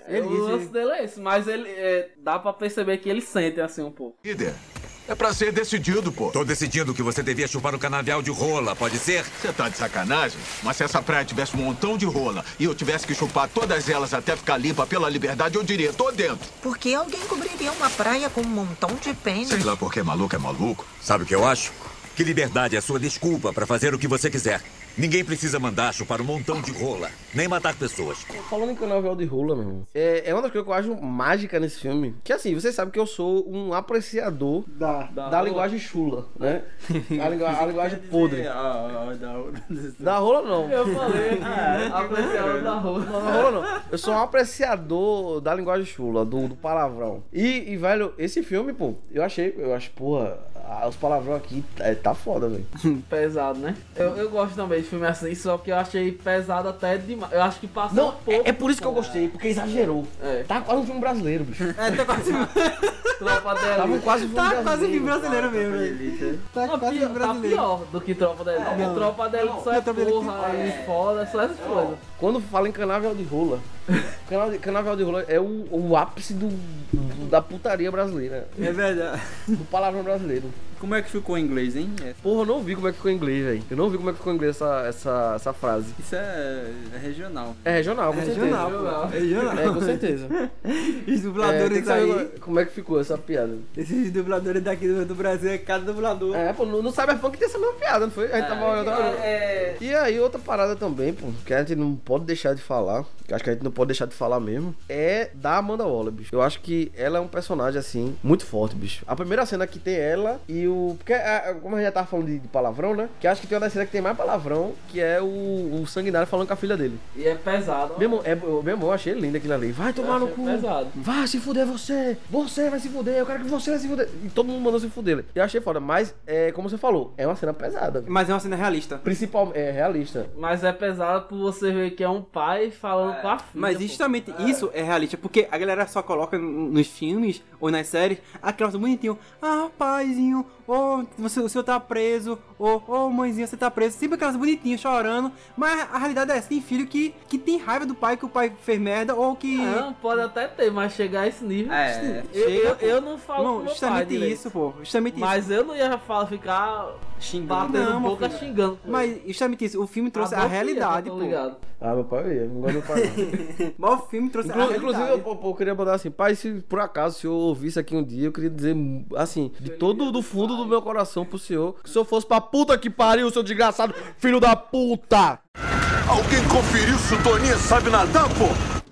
Ele o lance disse... dele é esse, mas ele é, dá pra perceber que ele sente assim um pouco. Líder, é pra ser decidido, pô. Tô decidindo que você devia chupar o canavial de rola, pode ser? Você tá de sacanagem? Mas se essa praia tivesse um montão de rola e eu tivesse que chupar todas elas até ficar limpa pela liberdade, eu diria, tô dentro. Por que alguém cobriria uma praia com um montão de pênis? Sei lá porque maluco é maluco. Sabe o que eu acho? Que liberdade é a sua desculpa pra fazer o que você quiser. Ninguém precisa mandar chupar um montão de rola, nem matar pessoas. Falando em canavial de rola, meu irmão, é, é uma das coisas que eu acho mágica nesse filme. Que assim, vocês sabem que eu sou um apreciador Da, da, da linguagem chula, né? A, lingu a linguagem podre. Ah, ah, da, Da rola não. Eu falei aqui, apreciador da rola. Não, da rola não. Eu sou um apreciador da linguagem chula, do, do palavrão. E, e, velho, esse filme, pô, eu achei, eu acho, porra, ah, os palavrão aqui é, tá foda, velho. Pesado, né? Eu, eu gosto também de filme assim, só que eu achei pesado até demais. Eu acho que passou Não, um pouco. é, é por isso que eu gostei, porque exagerou. É. Tá quase um filme brasileiro, bicho. É, tá quase... Tropa da Tava Elite. quase um filme Tá quase brasileiro. filme brasileiro mesmo, velho. Tá Não, quase pior, filme tá brasileiro. pior do que Tropa da Elite. Porque Não. Tropa da Elite só é Tropa da Elite porra aí, foda, só essas coisas. Quando fala em canavial de rola, canavial de, canavial de rola é o, o ápice do, do- da putaria brasileira, É verdade. do palavrão brasileiro. Como é que ficou em inglês, hein? É- Porra, eu não vi como é que ficou em inglês, velho. Eu não vi como é que ficou em inglês essa, essa, essa frase. Isso é, é regional. É regional, com É certeza. regional, pô. É regional. É, com certeza. Os É, tem dubladores que saber aí... como é que ficou essa piada. Esses dubladores daqui do, do Brasil é cada dublador. É, pô, no, no Cyberpunk tem essa mesma piada, não foi? A gente tava olhando. É, E aí, outra parada também, pô, que a gente não pode deixar de falar, que acho que a gente não pode deixar de falar mesmo, é da Amanda Waller, bicho. Eu acho que ela é um personagem, assim, muito forte, bicho. A primeira cena que tem ela e o... Porque, a- como a gente já tava falando de, de palavrão, né? Que acho que tem uma das cenas que tem mais palavrão, que é o, o Sanguinário falando com a filha dele. e é pesado. Meu irmão, é, meu irmão, eu achei lindo aquilo ali. Vai tomar no achei cu. pesado. Vai se fuder você. Você vai se fuder. Eu quero que você vai se fuder. E todo mundo mandou se fuder. Eu achei foda. Mas, é, como você falou, é uma cena pesada. Mas é uma cena realista. Principalmente, é realista. Mas é pesado por você ver que é um pai falando com a filha. Mas pô. justamente isso é realista, porque a galera só coloca n- nos filmes ou nas séries aquelas bonitinho. Ah, paizinho, ou você, o senhor tá preso, ou ô mãezinha, você tá preso. Sempre aquelas bonitinhas chorando. Mas a realidade é essa: tem filho que, que tem raiva do pai, que o pai fez merda, ou que. Não, pode até ter, mas chegar a esse nível. É, eu, chega, eu, pô. eu não falo Não, com meu pai justamente direito. isso, pô. Justamente Mas isso. eu não ia falar, ficar Xingando. batendo Não, meu boca filho. xingando. com ele. Mas justamente isso, o filme trouxe a, dor realidade, filha, pô. tô ligado. Ah, meu pai eu ia. Não gosto do meu pai, não. Mas o filme trouxe a Inclu- realidade. Inclusive, eu, pô, pô, eu queria mandar assim, pai, se por acaso o senhor ouvisse aqui um dia, eu queria dizer, assim, de todo do fundo do meu coração pro senhor, que se eu fosse pra puta que pariu, seu desgraçado filho da puta! Alguém conferiu se o Toninho sabe nadar, pô?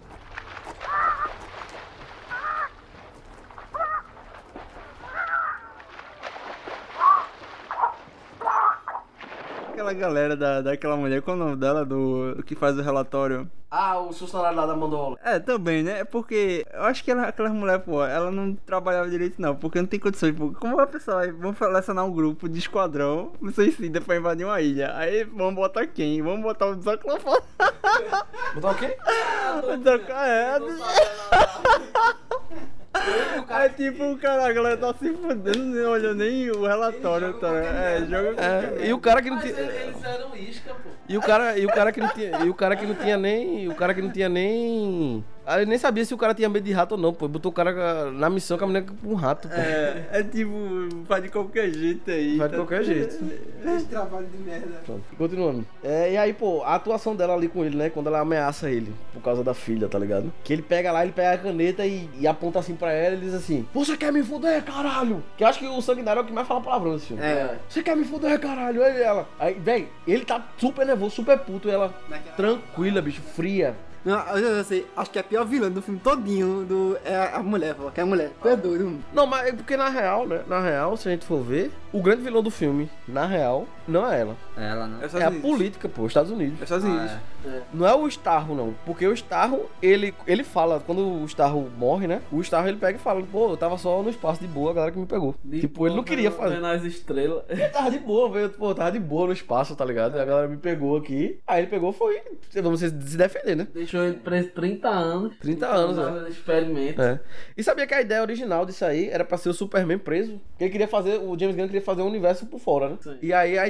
Aquela galera da, daquela mulher, qual é o nome dela? Do que faz o relatório? Ah, o funcionário lá da Mandola. É, também, né? Porque eu acho que ela, aquela mulher, pô, ela não trabalhava direito, não. Porque não tem condições. Pô, como a pessoa vai, vamos selecionar um grupo de esquadrão suicida pra invadir uma ilha? Aí vamos botar quem? Vamos botar o desaclafado. Botar o quê? Desacaado. É tipo, o cara, a galera tá se fudendo, não olhou nem o relatório, tá? É, joga. É, e o cara que não Mas tinha. eles eram isca, pô. E o cara, e o cara que não tinha, e o cara que não tinha nem, o cara que não tinha nem, ah, ele nem sabia se o cara tinha medo de rato ou não, pô. Botou o cara na missão com a mulher com um rato, pô. É, é tipo, faz de qualquer jeito aí. Vai de tá? qualquer jeito. Esse trabalho de merda. Pronto, continuando. É, e aí, pô, a atuação dela ali com ele, né? Quando ela ameaça ele, por causa da filha, tá ligado? Que ele pega lá, ele pega a caneta e, e aponta assim pra ela e diz assim: você quer me fuder, caralho? Que eu acho que o Sanguinário é o que mais fala palavrão nesse filme. É. Você quer me fuder, caralho? Aí ela. Aí, véi, ele tá super nervoso, super puto, e ela tranquila, bicho, fria. Não, eu, eu sei, acho que a pior vilã do filme todinho do, é a, a mulher, pô, que é a mulher. Tu é doido, mano. Não, mas é porque na real, né? Na real, se a gente for ver, o grande vilão do filme, na real, não é ela. Ela não. É os É Estados a Unidos. política, pô, Estados Unidos. É os Estados Unidos. Não é o Starro, não. Porque o Starro, ele, ele fala, quando o Starro morre, né? O Starro, ele pega e fala, pô, eu tava só no espaço de boa, a galera que me pegou. De tipo, ele não boa, queria vendo- fazer. vendo as estrelas. Ele tava de boa, velho. Pô, tava de boa no espaço, tá ligado? E a galera me pegou aqui. Aí ele pegou, foi, vamos se se defender, né? Deixou ele preso trinta anos. trinta anos, fazendo experimento. É. E sabia que a ideia original disso aí era pra ser o Superman preso? Que ele queria fazer, o James Gunn queria fazer um universo por fora, né? Sim. E aí a ideia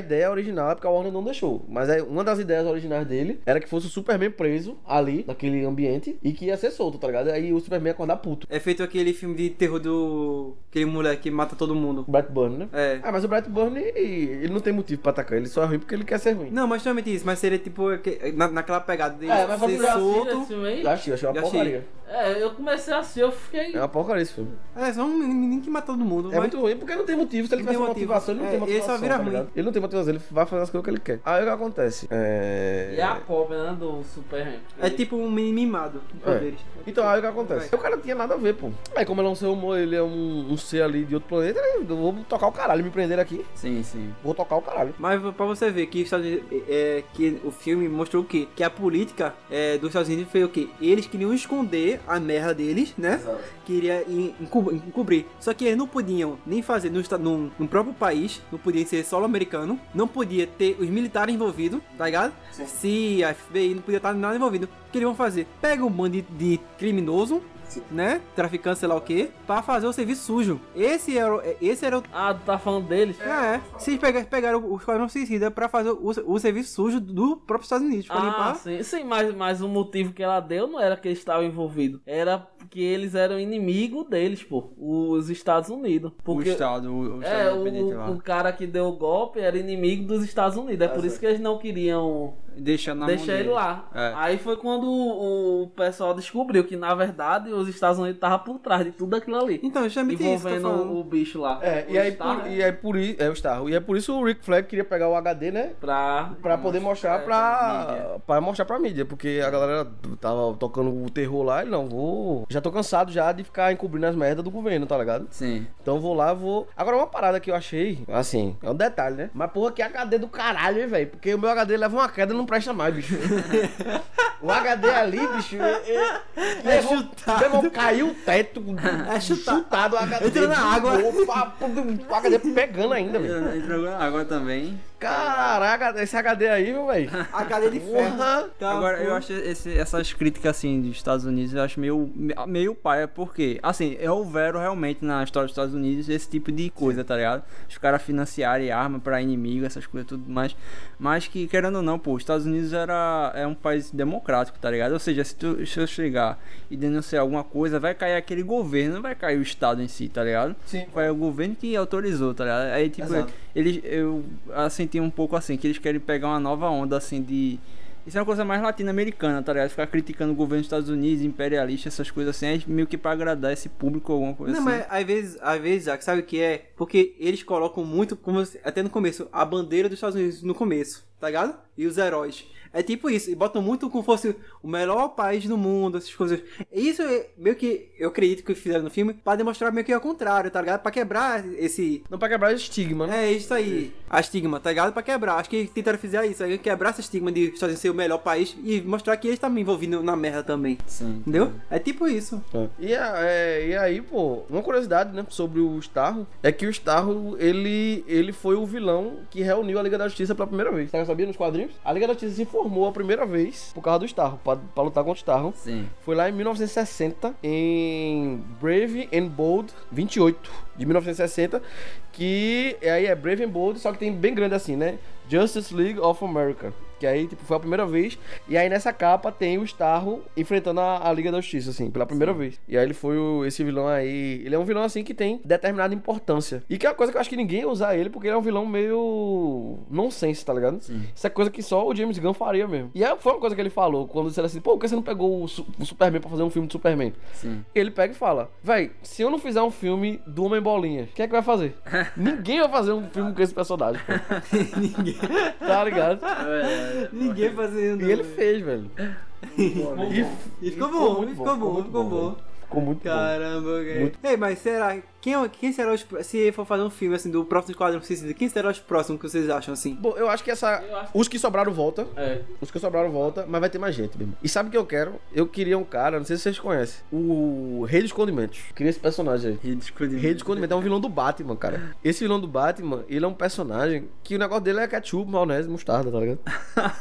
ideia original é porque a Warner não deixou. Mas é, uma das ideias originais dele era que fosse o Superman preso ali, naquele ambiente, e que ia ser solto, tá ligado? Aí o Superman ia acordar puto. É feito aquele filme de terror do... aquele moleque que mata todo mundo. O Brett Burn, né? É. Ah, mas o Brett Burn, ele não tem motivo pra atacar. Ele só é ruim porque ele quer ser ruim. Não, mas somente isso. Mas seria tipo na, naquela pegada dele É, mas ser você já solto. Esse filme aí? Já achei, achei uma Já porcaria. É, eu comecei a assistir, eu fiquei... É uma porcaria esse filme. É, só um menino que mata todo mundo. É mas... muito ruim porque não tem motivo. Se ele Não tem tivesse uma motivo. motivação, ele não É, tem ele motivação. só vira tá ruim. ligado? Ele não tem motivação, ele vai fazer as coisas que ele quer. Aí o que acontece? É. E a cópia, né, do Superman. É tipo um menino mimado com É. poderes. Então, aí o que acontece? O cara não tinha nada a ver, pô. Aí, como ele é um ser humano, ele é um, um ser ali de outro planeta, eu vou tocar o caralho, me prender aqui. Sim, sim. Vou tocar o caralho. Mas pra você ver que, os Estados Unidos, é, que o filme mostrou o quê? Que a política é, dos Estados Unidos foi o quê? Eles queriam esconder a merda deles, né? Queria en- encu- encobrir. Só que eles não podiam nem fazer no, esta- no, no próprio país, não podia ser solo americano, não podia ter os militares envolvidos, tá ligado? Se a F B I não podia estar nada envolvido. O que eles vão fazer? Pega um bando de, de criminoso, né? Traficante, sei lá o que, pra fazer o serviço sujo. Esse era, o- esse era o. Ah, tu tá falando deles? É, se pegar, pegaram o Esquadrão Suicida pra fazer o, o serviço sujo do próprio Estados Unidos, pra Ah, limpar. sim, sim, mas, mas o motivo que ela deu não era que eles estavam envolvidos. Era que eles eram inimigo deles, pô. Os Estados Unidos. Porque, O Estado, o, o Estado é, independente lá. o, o cara que deu o golpe era inimigo dos Estados Unidos. É por isso que eles não queriam Deixa na deixar mão ele dele. lá. É. Aí foi quando o, o pessoal descobriu que, na verdade, os Estados Unidos estavam por trás de tudo aquilo ali. Então, justamente isso, tô envolvendo falando. o, o bicho lá. É, O e aí, Star, por, né? e aí por isso. É o Starro. E é por isso o Rick Flag queria pegar o H D, né? Pra... Pra poder mostrar é, pra, pra mostrar pra mídia, porque a galera tava tocando o terror lá e não, vou. Já tô cansado já de ficar encobrindo as merdas do governo, tá ligado? Sim. Então vou lá, vou. Agora uma parada que eu achei, assim, é um detalhe, né? Mas porra, que H D do caralho, hein, velho? Porque o meu H D leva uma queda e não presta mais, bicho. O H D ali, bicho, é, é, É levou- chutado. levou- caiu o teto. É chutado. Chutado o H D. Entrou na água. voou, pá, O H D pegando ainda, velho. Entrou na água também. Caraca, esse H D aí, meu velho. A cadeia de ferro. Porra. Tá, Agora, pô. eu acho esse- essas críticas, assim, dos Estados Unidos, eu acho meio, meio paia, porque, assim, houveram realmente na história dos Estados Unidos esse tipo de coisa, tá ligado? Os caras financiarem arma pra inimigo, essas coisas tudo mais. Mas que, querendo ou não, pô, os Estados Unidos era, é um país democrático, tá ligado? Ou seja, se, tu, se eu chegar e denunciar alguma coisa, vai cair aquele governo, não vai cair o Estado em si, tá ligado? Sim. Foi o governo que autorizou, tá ligado? Aí, tipo, Exato. eles, eu ah, senti um pouco assim, que eles querem pegar uma nova onda, assim, de... Isso é uma coisa mais latino-americana, tá ligado? Ficar criticando o governo dos Estados Unidos, imperialista, essas coisas assim, é meio que pra agradar esse público ou alguma coisa Não, assim. mas às vezes, às vezes, Isaac, sabe o que é? Porque eles colocam muito, como se- até no começo, a bandeira dos Estados Unidos no começo, tá ligado? E os heróis. É tipo isso, e botam muito como fosse o melhor país do mundo, essas coisas. Isso é meio que, eu acredito que fizeram no filme, pra demonstrar meio que ao contrário, tá ligado? Pra quebrar esse... Não pra quebrar o estigma, né? É isso aí, a estigma, tá ligado? Pra quebrar. Acho que tentaram fazer isso, aí, quebrar esse estigma de Estados Unidos ser o melhor país e mostrar que eles estão envolvidos na merda também. Sim. Entendeu? É tipo isso. E, a- é, e aí, pô, uma curiosidade, né, sobre o Starro é que o Starro, ele, ele foi o vilão que reuniu a Liga da Justiça pela primeira vez. Você sabia nos quadrinhos? A Liga da Justiça se formou a primeira vez por causa do Starro, pra, pra lutar contra o Starro. Sim. Foi lá em mil novecentos e sessenta, em Brave and Bold vinte e oito de mil novecentos e sessenta, que aí é Brave and Bold, só que tem bem grande assim, né? Justice League of America. Que aí, tipo, foi a primeira vez. E aí nessa capa tem o Starro enfrentando a, a Liga da Justiça, assim, pela primeira vez. E aí ele foi o, esse vilão aí. Ele é um vilão, assim, que tem determinada importância. E que é uma coisa que eu acho que ninguém ia usar ele, porque ele é um vilão meio nonsense, tá ligado? Sim. Isso é coisa que só o James Gunn faria mesmo. E aí foi uma coisa que ele falou, quando disseram assim, pô, por que você não pegou o, Su- o Superman pra fazer um filme de Superman? Sim. Ele pega e fala, véi, se eu não fizer um filme do Homem Bolinha, quem é que vai fazer? Ninguém vai fazer um filme com esse personagem, pô. Ninguém. Tá ligado? Ninguém fazendo. E ele fez, velho. E, e ficou bom, muito ficou bom, muito ficou bom. velho. Ficou muito bom. Caramba, cara. Muito- Ei, mas será? Quem, quem será os. Se for fazer um filme assim do próximo Esquadrão Suicida, quem será os próximos que vocês acham assim? Bom, eu acho que essa. Eu acho- Os que sobraram volta. É. Os que sobraram volta, mas vai ter mais gente mesmo. E sabe o que eu quero? Eu queria um cara, não sei se vocês conhecem, o Rei dos Condimentos. Eu queria esse personagem aí. Rei dos Condimentos. Rei dos Condimentos é um vilão do Batman, cara. Esse vilão do Batman, ele é um personagem que o negócio dele é ketchup, maionese, mostarda, tá ligado?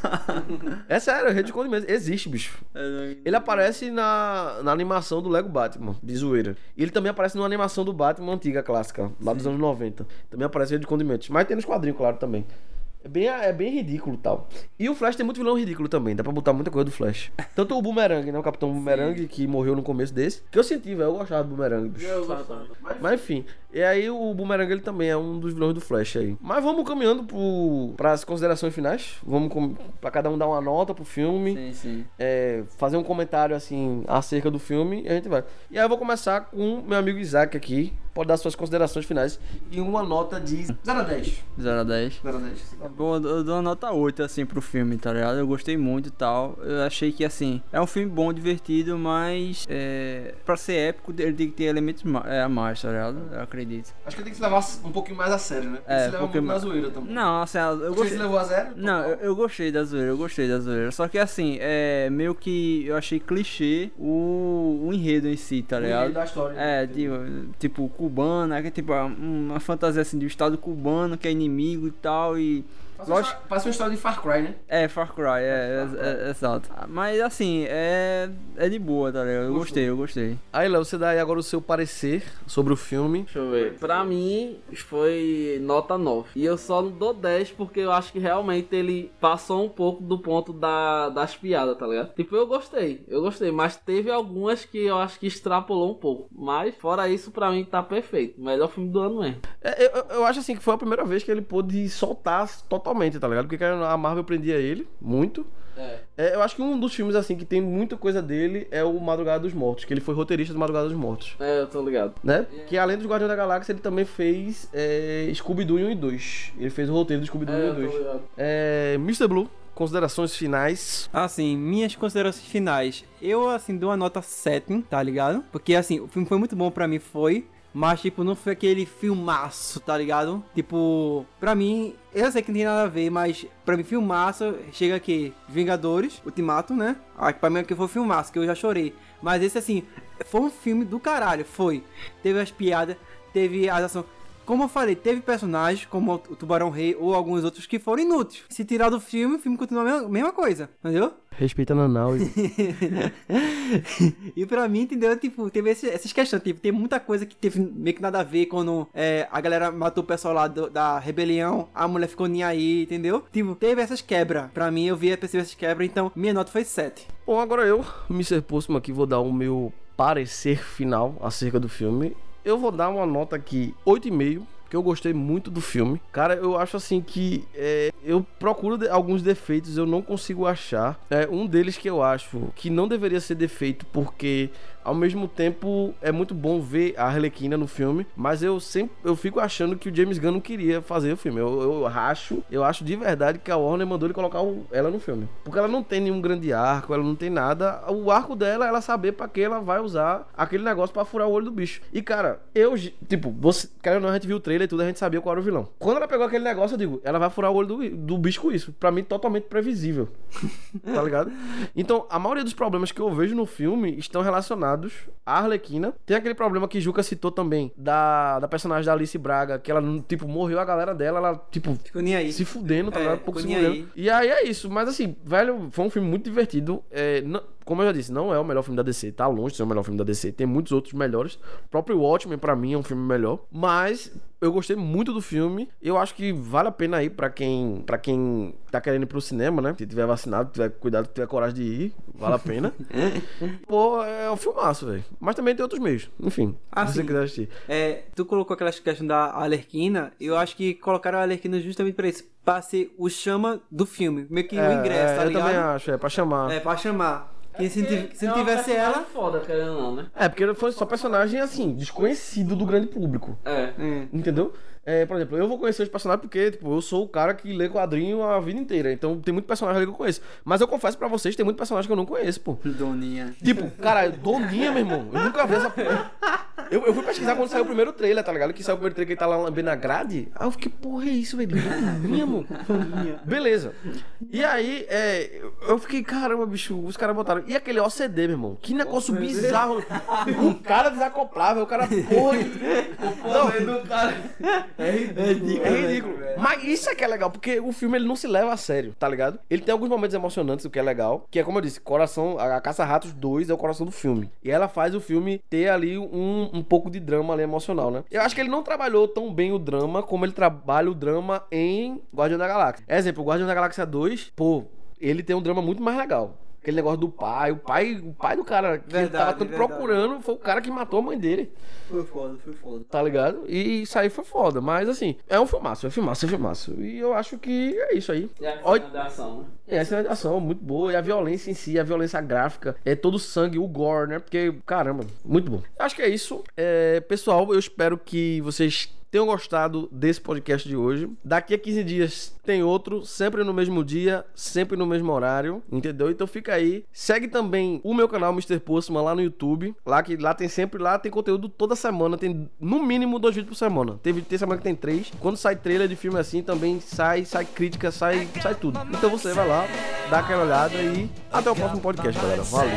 É sério, o Rei dos Condimentos existe, bicho. Ele aparece na, na animação do Lego Batman, de zoeira. E ele também aparece numa animação do Batman antiga, clássica, lá dos anos noventa. Também aparece Rei de Condimentos. Mas tem nos quadrinhos, claro, também. É bem, é bem ridículo e tal. E o Flash tem muito vilão ridículo também. Dá pra botar muita coisa do Flash. Tanto o Boomerang, né? O Capitão Boomerang, que morreu no começo desse. Que eu senti, velho. Eu gostava do Boomerang, bicho. Eu gostava. Mas enfim. E aí o Boomerang, ele também é um dos vilões do Flash aí. Mas vamos caminhando pro, pras considerações finais. Vamos com, pra cada um dar uma nota pro filme. Sim, sim. É, fazer um comentário, assim, acerca do filme. E a gente vai. E aí eu vou começar com meu amigo Isaac aqui. Pode dar suas considerações finais. E uma nota de zero a dez. zero a dez. zero a dez. Bom, eu dou uma nota oito, assim, pro filme, tá ligado? Eu gostei muito e tal. Eu achei que, assim, é um filme bom, divertido, mas é, pra ser épico, ele tem que ter elementos ma- é, a mais, tá ligado? Eu acredito. Acho que tem que se levar um pouquinho mais a sério, né? Tem É, que se levar porque- muito na zoeira também. Não, assim, eu Você gostei. se levou a zero? Não, eu, eu gostei da zoeira, eu gostei da zoeira. Só que assim, é meio que eu achei clichê o, o enredo em si, tá O ligado? enredo da história. É, tipo, tipo cubano, é que tipo uma fantasia assim do estado cubano que é inimigo e tal e Passa uma, história- passa uma história de Far Cry, né? é, Far Cry, é, é, é, exato. Mas assim, é, é de boa, tá ligado? Eu gostei, eu gostei. Aí, Léo, você dá aí agora o seu parecer sobre o filme. Deixa eu ver. Pra mim, foi nota nove. E eu só não dou dez porque eu acho que realmente ele passou um pouco do ponto da, das piadas, tá ligado? Tipo, eu gostei, eu gostei. Mas teve algumas que eu acho que extrapolou um pouco. Mas, fora isso, pra mim tá perfeito. Melhor filme do ano mesmo. É, eu, eu acho assim que foi a primeira vez que ele pôde soltar totalmente, tá ligado? Porque a Marvel prendia ele muito. É. É, eu acho que um dos filmes assim que tem muita coisa dele é o Madrugada dos Mortos, que ele foi roteirista do Madrugada dos Mortos, É, eu tô ligado. né? Que além dos Guardiões da Galáxia, ele também fez é, Scooby-Doo um e dois. Ele fez o roteiro do Scooby-Doo É, um e eu tô dois. ligado. É, mister Blue, considerações finais. Assim, minhas considerações finais. Eu, assim, dou uma nota sete, tá ligado? Porque, assim, o filme foi muito bom pra mim, foi. Mas, tipo, não foi aquele filmaço, tá ligado? Tipo, pra mim, eu sei que não tem nada a ver, mas pra mim, filmaço, chega aqui, Vingadores, Ultimato, né? Ah, pra mim aqui foi filmaço, que eu já chorei. Mas esse, assim, foi um filme do caralho, foi. Teve as piadas, teve as ações. Como eu falei, teve personagens como o Tubarão Rei ou alguns outros que foram inúteis. Se tirar do filme, o filme continua a mesma, mesma coisa, entendeu? Respeita a Nanau. E... E pra mim, entendeu? Tipo, teve esse, essas questões. Tipo, tem muita coisa que teve meio que nada a ver quando é, a galera matou o pessoal lá do- da rebelião, a mulher ficou nem aí, entendeu? Tipo, teve essas quebras. Pra mim, eu vi perceber essas quebras, então minha nota foi sete. Bom, agora eu, mister Postman, aqui vou dar o meu parecer final acerca do filme. Eu vou dar uma nota aqui, oito e meio. Que eu gostei muito do filme. Cara, eu acho assim que é, eu procuro de- alguns defeitos, eu não consigo achar. É, um deles que eu acho que não deveria ser defeito, porque ao mesmo tempo é muito bom ver a Arlequina no filme, mas eu sempre eu fico achando que o James Gunn não queria fazer o filme. Eu, eu acho, eu acho de verdade que a Warner mandou ele colocar o- ela no filme. Porque ela não tem nenhum grande arco, ela não tem nada. O arco dela é ela saber pra que ela vai usar aquele negócio pra furar o olho do bicho. E cara, eu, tipo, você, querendo ou não, a gente viu o trailer e tudo, a gente sabia qual era o vilão. Quando ela pegou aquele negócio, eu digo, ela vai furar o olho do, do bicho com isso. Pra mim, totalmente previsível. Tá ligado? Então, a maioria dos problemas que eu vejo no filme estão relacionados à Arlequina. Tem aquele problema que Juca citou também, da, da personagem da Alice Braga, que ela, tipo, morreu a galera dela, ela, tipo, Ficou nem aí. se fudendo, tá É, ligado? Pouco se ficou nem fudendo. E aí é isso. Mas assim, velho, foi um filme muito divertido. É, não- como eu já disse, não é o melhor filme da D C. Tá longe de ser o melhor filme da D C. Tem muitos outros melhores. O próprio Watchmen, pra mim, é um filme melhor. Mas eu gostei muito do filme. Eu acho que vale a pena aí pra quem, pra quem tá querendo ir pro cinema, né? Se tiver vacinado, tiver cuidado, tiver coragem de ir, vale a pena. Pô, é um filmaço, velho. Mas também tem outros meios. Enfim, Ah, se você sim. quiser assistir. É, tu colocou aquela questão da Arlequina, eu acho que colocaram a Arlequina justamente pra isso, pra ser o chama do filme, meio que o ingresso, é, tá eu ligado? também acho, é pra chamar. É, pra chamar. E se, não tiv- se não É uma tivesse personagem ela... foda, querendo ou não, né? É, porque ele foi só personagem, assim, desconhecido do grande público. É. Hum. Entendeu? É, por exemplo, eu vou conhecer os personagens porque, tipo, eu sou o cara que lê quadrinho a vida inteira. Então tem muito personagem ali que eu conheço. Mas eu confesso pra vocês, tem muito personagem que eu não conheço, pô. Doninha. Tipo, cara, Doninha, meu irmão. Eu nunca vi essa porra. Eu, eu fui pesquisar quando saiu o primeiro trailer, tá ligado? Que saiu o primeiro trailer que ele tá lá lambendo a grade. Aí eu fiquei, porra, é isso, velho? Doninha, mano. Beleza. E aí, é, eu- eu fiquei, caramba, bicho, os caras botaram. E aquele O C D, meu irmão? Que negócio bizarro. Um cara desacoplável, o cara, porra. Não, do cara. É ridículo. É ridículo. velho. Mas isso é que é legal, porque o filme ele não se leva a sério, tá ligado? Ele tem alguns momentos emocionantes, o que é legal. Que é como eu disse, coração, a Caça-Ratos dois é o coração do filme. E ela faz o filme ter ali um, um pouco de drama ali emocional, né? Eu acho que ele não trabalhou tão bem o drama como ele trabalha o drama em Guardião da Galáxia. Exemplo, o Guardião da Galáxia dois, pô, ele tem um drama muito mais legal. Aquele negócio do pai, o pai, o pai do cara que Verdade, tava tanto verdade. procurando foi o cara que matou a mãe dele. Foi foda, foi foda. Tá ligado? E isso aí foi foda. Mas assim, é um filmaço, é um filmaço, é um filmaço. E eu acho que é isso aí. E a Olha- cena de ação, né? É, a cena de ação muito boa. E a violência em si, a violência gráfica, é todo o sangue, o gore, né? Porque, caramba, muito bom. Acho que é isso. É, pessoal, eu espero que vocês tenham gostado desse podcast de hoje. Daqui a quinze dias tem outro, sempre no mesmo dia, sempre no mesmo horário, entendeu? Então fica aí. Segue também o meu canal mister Postman lá no YouTube. Lá que lá tem sempre, lá tem conteúdo toda semana. Tem no mínimo dois vídeos por semana. Teve tem semana que tem três. Quando sai trailer de filme assim, também sai, sai crítica, sai, sai tudo. Então você vai lá, dá aquela olhada e até o próximo podcast, galera. Valeu!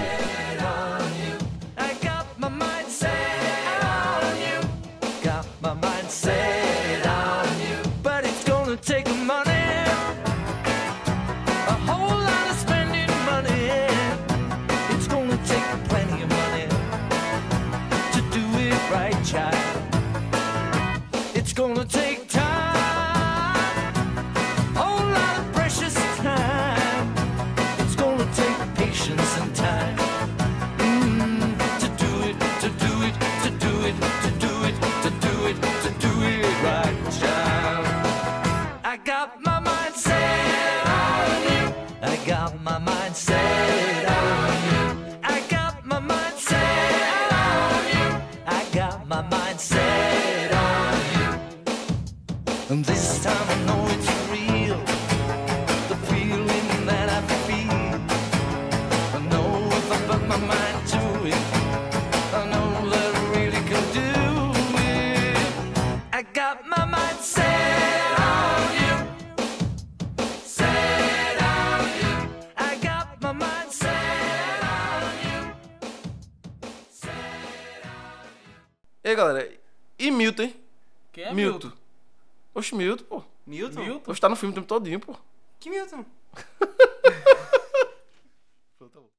I got my mind set on you. Got my mind set on you. But it's gonna take money. A whole lot of spending money. It's gonna take plenty of money to do it right, child. It's gonna take time. Whole lot of precious time. It's gonna take patience and time. Mm, to do it, to do it, to do it, to do it, to do it, to do it right, child. I got my mind set on you. I got my mind set on you. I got my mind set on you. I got my mind set on you. And this time I know it's real. The feeling that I feel. I know if I put my mind to it, I know that I really can do it. I got my mind set on you. Set on you. I got my mind set on you. E aí, galera, e Milton, hein? Quem é Milton. Milton? Oxe, Milton, pô. Milton? Oxe, tá no filme o tempo todinho, pô. Que Milton?